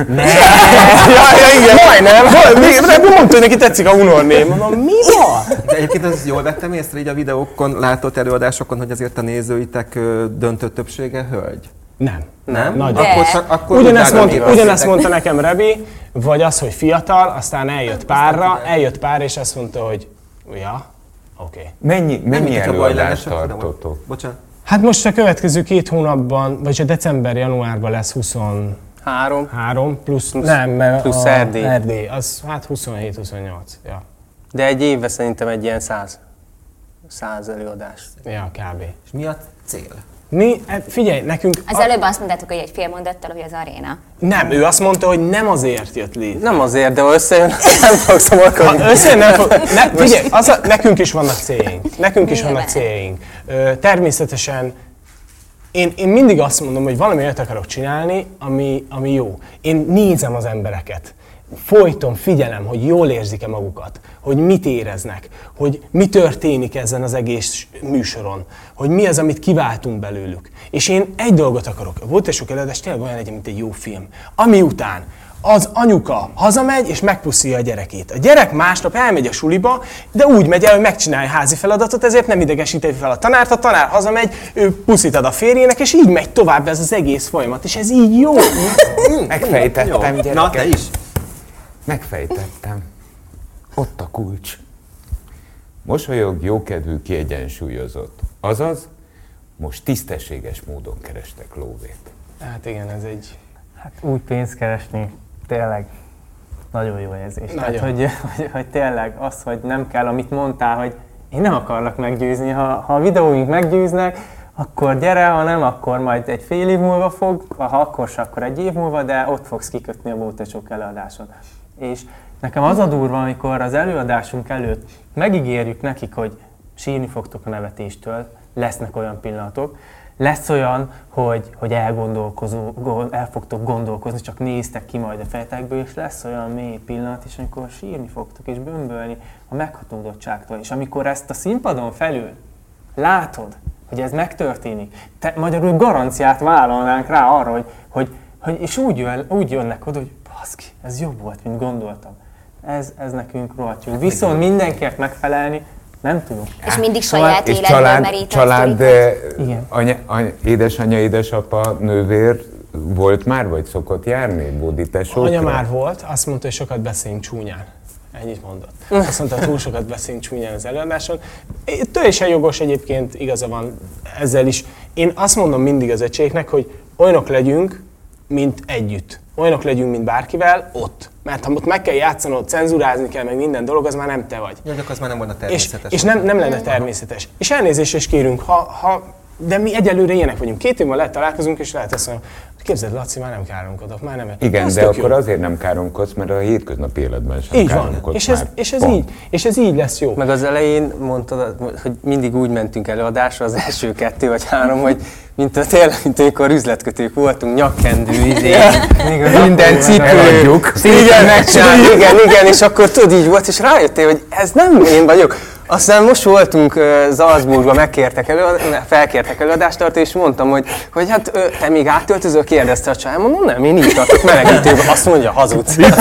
Ja, igen, majdnem. Rebi mondta, hogy neki tetszik a Hunor név. Mondom, mi van? De egyébként az jól vettem észre így a videókon, látott előadásokon, hogy azért a nézőitek döntő többsége hölgy. Nem? Nagyon. Akkor ugyanezt mondta nekem Rebi, vagy az, hogy fiatal, aztán eljött pár, és azt mondta, hogy ja, oké. Mennyi előadást tartotok? Bocsánat. Hát most a következő 2 hónapban, vagy a december-januárban lesz 23 plusz nem, mert plusz Erdély, az hát 27-28. Ja. De egy évben szerintem egy ilyen 100 előadás. Ja, kb. És mi a cél? Figyelj, nekünk... Az előbb azt mondtátok, hogy egy fél mondattal, hogy az aréna. Nem, ő azt mondta, hogy nem azért jött létre. Nem azért, de ha összejön, nem fogsz szomorkodni. Ha összejön, nem fog... Figyelj, nekünk is vannak céljaink. Természetesen én mindig azt mondom, hogy valami olyat akarok csinálni, ami jó. Én nézem az embereket. Folyton figyelem, hogy jól érzik-e magukat, hogy mit éreznek, hogy mi történik ezen az egész műsoron, hogy mi az, amit kiváltunk belőlük. És én egy dolgot akarok, a Bóditások előadás tényleg olyan legyen, mint egy jó film. Ami után az anyuka hazamegy és megpuszilja a gyerekét. A gyerek másnap elmegy a suliba, de úgy megy el, hogy megcsinálja a házi feladatot, ezért nem idegesíti fel a tanárt, a tanár hazamegy, ő puszít ad a férjének, és így megy tovább ez az egész folyamat, és ez így jó. Megfejtettem, gyerekek. Na, te is? Megfejtettem. Ott a kulcs. Mosolyog, jókedvű, kiegyensúlyozott. Azaz, most tisztességes módon kerestek lóvét. Hát igen, ez egy... Hát úgy pénzt keresni, tényleg nagyon jó érzés. Tehát, hogy tényleg az, hogy nem kell, amit mondtál, hogy én nem akarlak meggyőzni. Ha a videóink meggyőznek, akkor gyere, ha nem, akkor majd egy fél év múlva fog, ha akkor se, akkor egy év múlva, de ott fogsz kikötni a Bóditások előadáson. És nekem az a durva, amikor az előadásunk előtt megígérjük nekik, hogy sírni fogtok a nevetéstől, lesznek olyan pillanatok, lesz olyan, hogy el fogtok gondolkozni, csak néztek ki majd a fejetekből, és lesz olyan mély pillanat, és amikor sírni fogtok és bömbölni a meghatódottságtól. És amikor ezt a színpadon felül látod, hogy ez megtörténik, magyarul garanciát vállalnánk rá arra, hogy és úgy jönnek oda, hogy baszki, ez jobb volt, mint gondoltam. Ez nekünk rohadt jó. Viszont mindenkinek megfelelni nem tudunk. És mindig saját életből merített család, igen. édesanyja, édesapa, nővér volt már, vagy szokott járni bódításokra? Anya már volt, azt mondta, hogy sokat beszélünk csúnyán. Ennyit mondott. Azt mondta, túl sokat beszélünk csúnyán az előadáson. Teljesen jogos egyébként, igaza van ezzel is. Én azt mondom mindig az öcséknek, hogy olyanok legyünk, mint együtt. Olyanok legyünk, mint bárkivel, ott. Mert ha ott meg kell játszanod, cenzurázni kell, meg minden dolog, az már nem te vagy. Ja, az már nem volna természetes. És nem lenne természetes. És elnézést is kérünk, de mi egyelőre ilyenek vagyunk. 2 év múlva lehet találkozunk, és lehet azt mondani, képzeld, Laci, már nem káromkodok, már nem. Igen, de akkor azért nem káromkodsz, mert a hétköznapi életben sem így káromkodsz van. És ez így lesz jó. Meg az elején mondtad, hogy mindig úgy mentünk előadásra, az első 2 vagy 3, hogy mint amikor üzletkötők voltunk, nyakkendő, minden cipő, igen, és akkor tudod, így volt, és rájöttél, hogy ez nem én vagyok. Aztán most voltunk Salzburgban, felkértek előadást tartani, és mondtam, hogy hát te még áttöltözöl, kérdezte a csaj. Mondom, nem, én így tartok melegítőben. Azt mondja, hazudsz. Nem,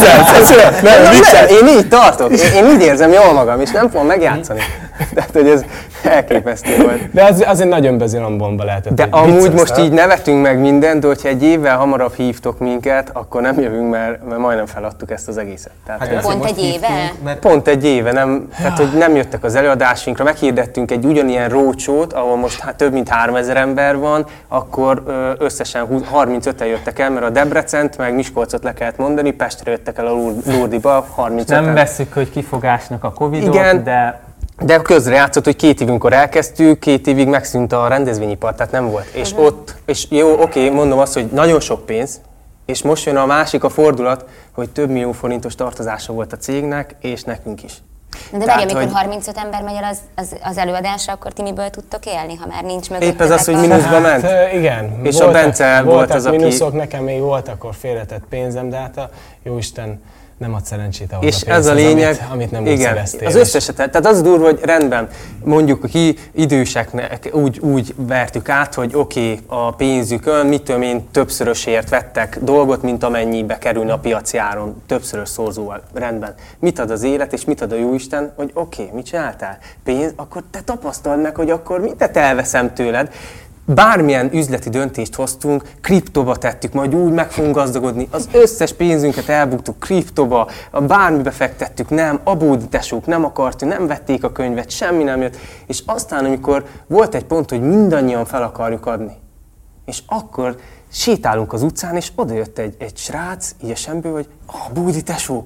én így tartok. Én így érzem jól magam, és nem fogom megjátszani. Tehát, hogy ez elképesztő volt. De az egy nagyon bezirambomba lehetett. De amúgy most így nevetünk meg mindent, de hogyha egy évvel hamarabb hívtok minket, akkor nem jövünk, mert majdnem feladtuk ezt az egészet. Tehát, Pont egy éve? Pont egy éve, tehát hogy nem jöttek az előadásunkra, meghirdettünk egy ugyanilyen roadshow-t, ahol most több mint 3000 ember van, akkor összesen 35-en jöttek el, mert a Debrecent meg Miskolcot le kellett mondani, Pestre jöttek el a Lourdiba 35-en. Nem veszük, hogy kifogásnak a Covid-ot, igen, de közre játszott, hogy 2 évünkkor elkezdtük, 2 évig megszűnt a rendezvényipar, tehát nem volt. És ott, és jó, oké, mondom azt, hogy nagyon sok pénz, és most jön a másik, a fordulat, hogy több millió forintos tartozása volt a cégnek, és nekünk is. De várj, amikor 35 ember megy el az előadásra, akkor ti miből tudtok élni, ha már nincs mögöttetek? Épp ez az, hogy mínuszba ment. Igen. És a Bence volt az, aki... mínuszok, nekem még volt akkor félretett pénzem, de hát a jóisten nem ad szerencsét ahhoz és a pénzhez, ez a lényeg, amit nem igen, szereztél. az összeset, tehát az durva, hogy rendben, mondjuk ki időseknek úgy vertük át, hogy oké, a pénzükön, mit tudom én, többszörösért vettek dolgot, mint amennyibe kerülne a piaci áron, többszörös szorzóval, rendben. Mit ad az élet, és mit ad a jóisten, hogy oké, mit csináltál? Pénz, akkor te tapasztald meg, hogy akkor mit elveszem tőled. Bármilyen üzleti döntést hoztunk, kriptóba tettük, majd úgy meg fogunk gazdagodni, az összes pénzünket elbuktuk kriptóba, bármibe fektettük, nem, abódításuk, nem akartunk, nem vették a könyvet, semmi nem jött, és aztán, amikor volt egy pont, hogy mindannyian fel akarjuk adni, és akkor sétálunk az utcán, és odajött egy srác, így a semből, hogy búdi tesók,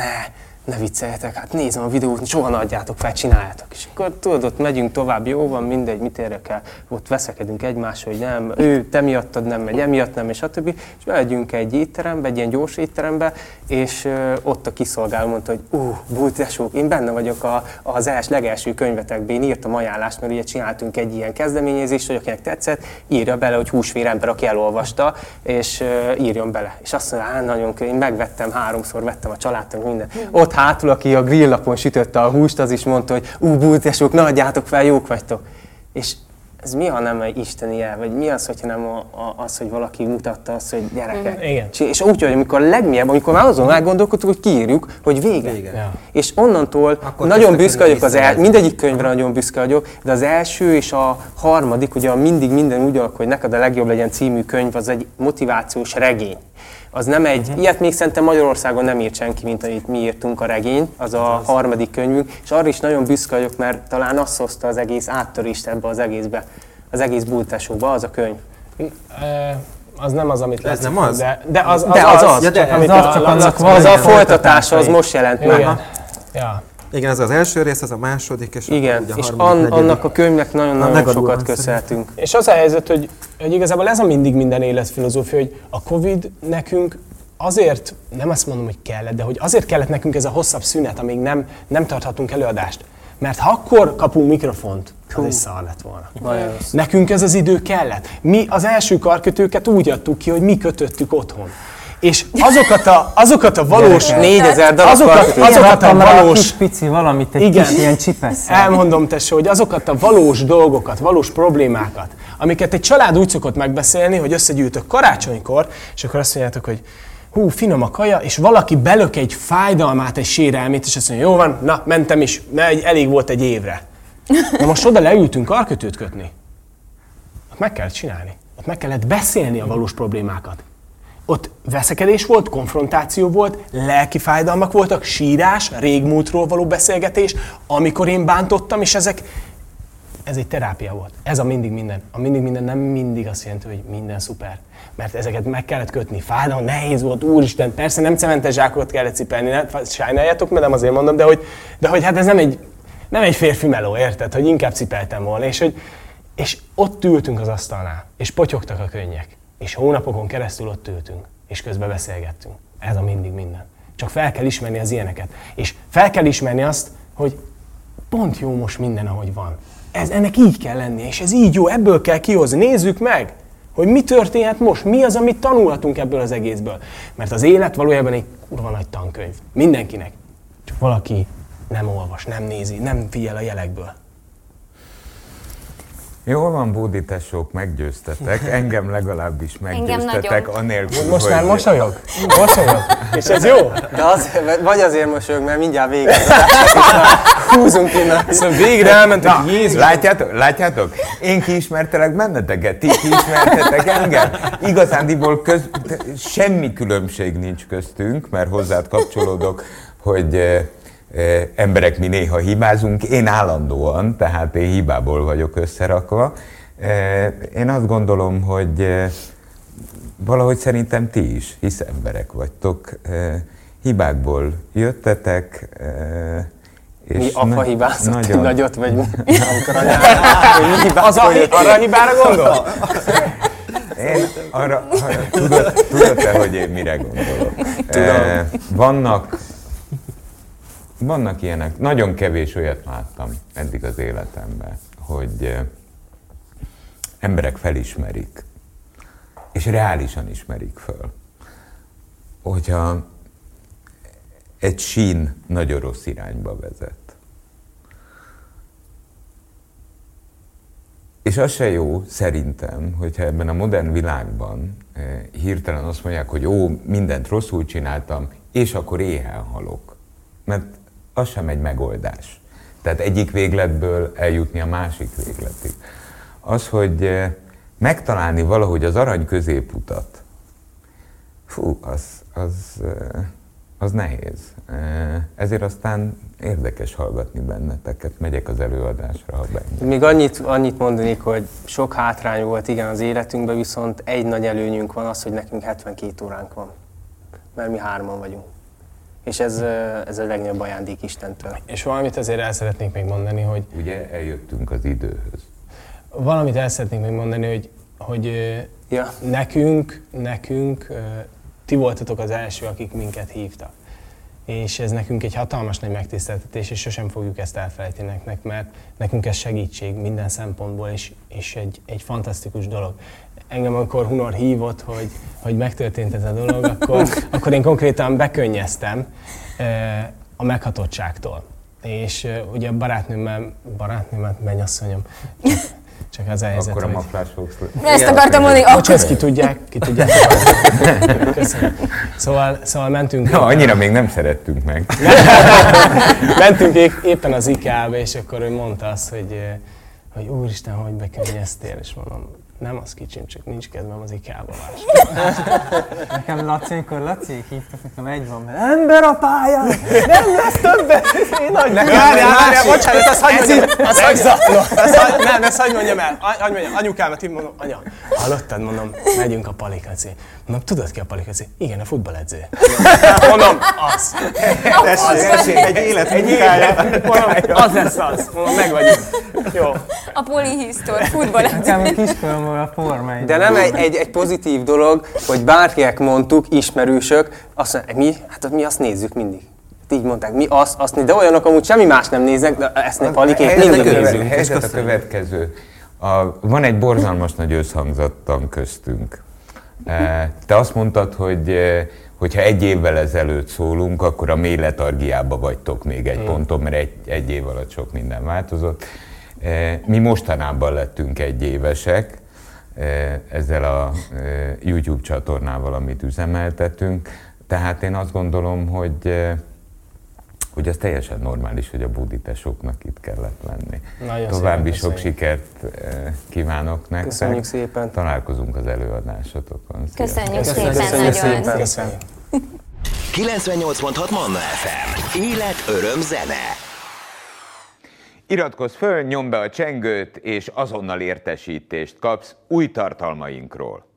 ne vicceljetek, hát nézem a videót, soha ne adjátok fel, csináljátok. És akkor tudod, ott megyünk tovább, jó van, mindegy, mit érdekel, ott veszekedünk egymásra, hogy nem, te miattad nem megy, emiatt nem, és stb. És bemegyünk egy étterembe, egy ilyen gyors étterembe, és ott a kiszolgáló mondta, hogy bújtások, én benne vagyok az legelső könyvetekben, én írtam ajánlást, mert ugye csináltunk egy ilyen kezdeményezést, hogy akinek tetszett, írja bele, hogy húsvér ember, aki elolvasta, és írjon bele. És azt mondja, nagyon könnyű, én megvettem, 3-szor vettem a családtól minden. Ott hátul, aki a grillapon sütötte a húst, az is mondta, hogy bújtások, ne adjátok fel, jók vagytok. És ez mi, ha nem egy isteni jel, vagy mi az, hogyha nem az, hogy valaki mutatta azt, hogy gyerekek. Igen. És úgy, hogy amikor legmélyebb, amikor már azon elgondolkodtuk, hogy kiírjuk, hogy vége. Ja. És onnantól akkor nagyon büszke vagyok, mindegyik könyvre nagyon büszke vagyok, de az első és a harmadik, ugye mindig minden úgy alakul, hogy neked a legjobb legyen című könyv, az egy motivációs regény. Az nem egy, ilyet még szerintem Magyarországon nem írt senki, mint amit mi írtunk, a regény, az a harmadik könyvünk, és arra is nagyon büszke vagyok, mert talán azt hozta az egész áttörést ebbe az egészbe, az egész bultásóba, az a könyv. Az nem az, amit lesz. nem az? De az. Ja, de az a folytatása, az most jelent meg. Ja. Igen, ez az első rész, az a második, és igen, a és harmadik, annak a könyvnek nagyon-nagyon negadóan sokat köszönhetünk. És az a helyzet, hogy igazából ez a mindig minden életfilozófia, hogy a Covid nekünk azért, nem azt mondom, hogy kellett, de hogy azért kellett nekünk ez a hosszabb szünet, amíg nem tarthatunk előadást. Mert ha akkor kapunk mikrofont, az egy szar lett volna. Nekünk ez az idő kellett. Mi az első karkötőket úgy adtuk ki, hogy mi kötöttük otthon. És azokat a valós... 4000 darab azokat a valós... kis pici valamit, egy kis ilyen csipesszel. Elmondom, tesó, hogy azokat a valós dolgokat, valós problémákat, amiket egy család úgy szokott megbeszélni, hogy összegyűjtök karácsonykor, és akkor azt mondjátok, hogy finom a kaja, és valaki belök egy fájdalmát, egy sérelmét, és azt mondja, jó van, na, mentem is, elég volt egy évre. Na most oda leültünk karkötőt kötni. Ott meg kellett csinálni. Ott meg kellett beszélni a valós problémákat. Ott veszekedés volt, konfrontáció volt, lelki fájdalmak voltak, sírás, régmúltról való beszélgetés, amikor én bántottam, és ez egy terápia volt. Ez a mindig minden. A mindig minden nem mindig azt jelenti, hogy minden szuper. Mert ezeket meg kellett kötni. Fájdalom, nehéz volt, úristen, persze nem cementes zsákokat kellett cipelni, sajnáljátok, mert nem azért mondom, de hogy hát ez nem egy férfi meló, érted? Hogy inkább cipeltem volna. És ott ültünk az asztalnál, és potyogtak a könnyek. És hónapokon keresztül ott ültünk, és közben beszélgettünk. Ez a mindig minden. Csak fel kell ismerni az ilyeneket. És fel kell ismerni azt, hogy pont jó most minden, ahogy van. Ennek így kell lennie, és ez így jó, ebből kell kihozni. Nézzük meg, hogy mi történhet most, mi az, amit tanulhatunk ebből az egészből. Mert az élet valójában egy kurva nagy tankönyv. Mindenkinek. Csak valaki nem olvas, nem nézi, nem figyel a jelekből. Jól van, Bódi tesók, meggyőztetek. Engem legalábbis meggyőztetek, anélkül, most már mosolyog? Mosolyog? És ez jó? De vagy azért mosolyog, mert mindjárt vége. Húzunk innen. Szóval végre elmentek, Jézus. Látjátok? Én kiismertelek benneteket, ti kiismertetek engem. Igazándiból semmi különbség nincs köztünk, mert hozzád kapcsolódok, hogy emberek mi néha hibázunk, én állandóan, tehát én hibából vagyok összerakva. Én azt gondolom, hogy valahogy szerintem ti is, hisz emberek vagytok, hibákból jöttetek, és mi apa hibázott nagyon... nagyot, vagy mi? Amikor arra a hibára gondol? Én arra tudod-e, hogy én mire gondolok? Vannak ilyenek, nagyon kevés olyat láttam eddig az életemben, hogy emberek felismerik, és reálisan ismerik föl, hogyha egy sín nagyon rossz irányba vezet. És az se jó, szerintem, hogyha ebben a modern világban hirtelen azt mondják, hogy mindent rosszul csináltam, és akkor éhen halok. Mert az sem egy megoldás. Tehát egyik végletből eljutni a másik végletig. Az, hogy megtalálni valahogy az arany középutat, az nehéz. Ezért aztán érdekes hallgatni benneteket. Megyek az előadásra, ha beengedek. Még annyit mondanék, hogy sok hátrány volt igen az életünkben, viszont egy nagy előnyünk van az, hogy nekünk 72 óránk van. Mert mi 3-an vagyunk. És ez a legnagyobb ajándék Istentől. És valamit azért el szeretnék még mondani, hogy... Ugye eljöttünk az időhöz. Valamit el szeretnék még mondani, hogy ja. nekünk ti voltatok az első, akik minket hívtak. És ez nekünk egy hatalmas nagy megtiszteltetés, és sosem fogjuk ezt elfelejteni nektek, mert nekünk ez segítség minden szempontból, és egy fantasztikus dolog. Engem, amikor Hunor hívott, hogy megtörtént ez a dolog, akkor én konkrétan bekönnyeztem a meghatottságtól. És ugye a barátnőmet, mennyasszonyom, csak az a helyzet, akkor a maklás fogsz le. Ezt akartam mondani, akkor... ezt ki tudják. Köszönöm. Szóval mentünk... No, annyira még nem szerettünk meg. Mentünk éppen az IKEA-ba, és akkor ő mondta azt, hogy úristen, hogy bekönnyeztél, és mondom, nem az kicsim, csak nincs kedvem az IKEA-ba vásárolni. Nekem Laci, amikor Laci hívtak, nekem egy van, mert ember a pályán, nem lesz többet! Én nagy Várjál, bocsánat, azt hagyd mondjam el. Anyukámat így mondom, anya, hallottad, mondom, megyünk a Palikaci. Mondom, tudod ki a Palikaci? Igen, a futballedző. Mondom, az. Egy életmunkája. Az lesz az. Mondom, meg vagyunk. Jó. A polihisztor, futballedző. Nekem a kiskoromból a Forma 1. De nem egy pozitív dolog, hogy bárkinek mondtuk, ismerősök, azt mondják, mi azt nézzük mindig. Így mondták, mi azt nézzük, de olyanok amúgy semmi más nem néznek, de ezt ne Palikék mindig nézzük. Helyzet a következő. Van egy borzalmas nagy összhangzattan köztünk. Te azt mondtad, hogyha egy évvel ezelőtt szólunk, akkor a mély letargiába vagytok még egy ponton, mert egy év alatt sok minden változott. Mi mostanában lettünk egyévesek ezzel a YouTube csatornával, amit üzemeltetünk. Tehát én azt gondolom, hogy ez teljesen normális, hogy a Bódi tesóknak itt kellett lenni. Nagyon további sok sikert kívánok nektek. Köszönjük szépen. Találkozunk az előadásotokon. Köszönjük szépen nagyon. Köszönjük. 98.6 Manna FM. Élet, öröm, zene. Iratkozz föl, nyomd be a csengőt, és azonnal értesítést kapsz új tartalmainkról.